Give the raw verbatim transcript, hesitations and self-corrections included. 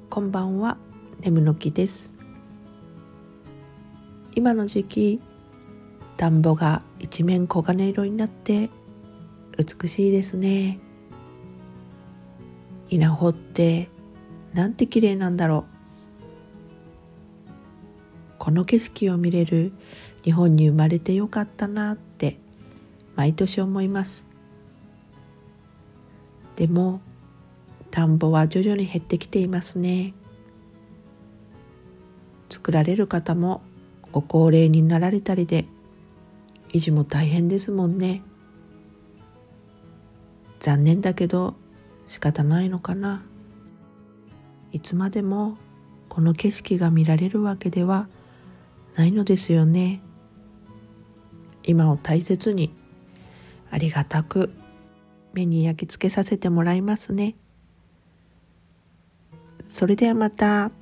こんばんは、ねむの木です。今の時期、田んぼが一面黄金色になって美しいですね。稲穂ってなんて綺麗なんだろう。この景色を見れる日本に生まれてよかったなって毎年思います。でも田んぼは徐々に減ってきていますね。作られる方もご高齢になられたりで維持も大変ですもんね。残念だけど仕方ないのかな。いつまでもこの景色が見られるわけではないのですよね。今を大切にありがたく目に焼き付けさせてもらいますね。それではまた。